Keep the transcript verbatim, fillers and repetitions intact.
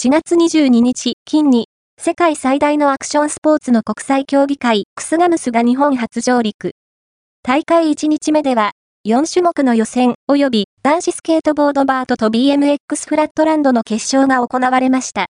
しがつにじゅうににち、金に、世界最大のアクションスポーツの国際競技会、クスガムスが日本初上陸。大会いちにちめでは、よんしゅもくの予選及び男子スケートボードバートと ビーエムエックス フラットランドの決勝が行われました。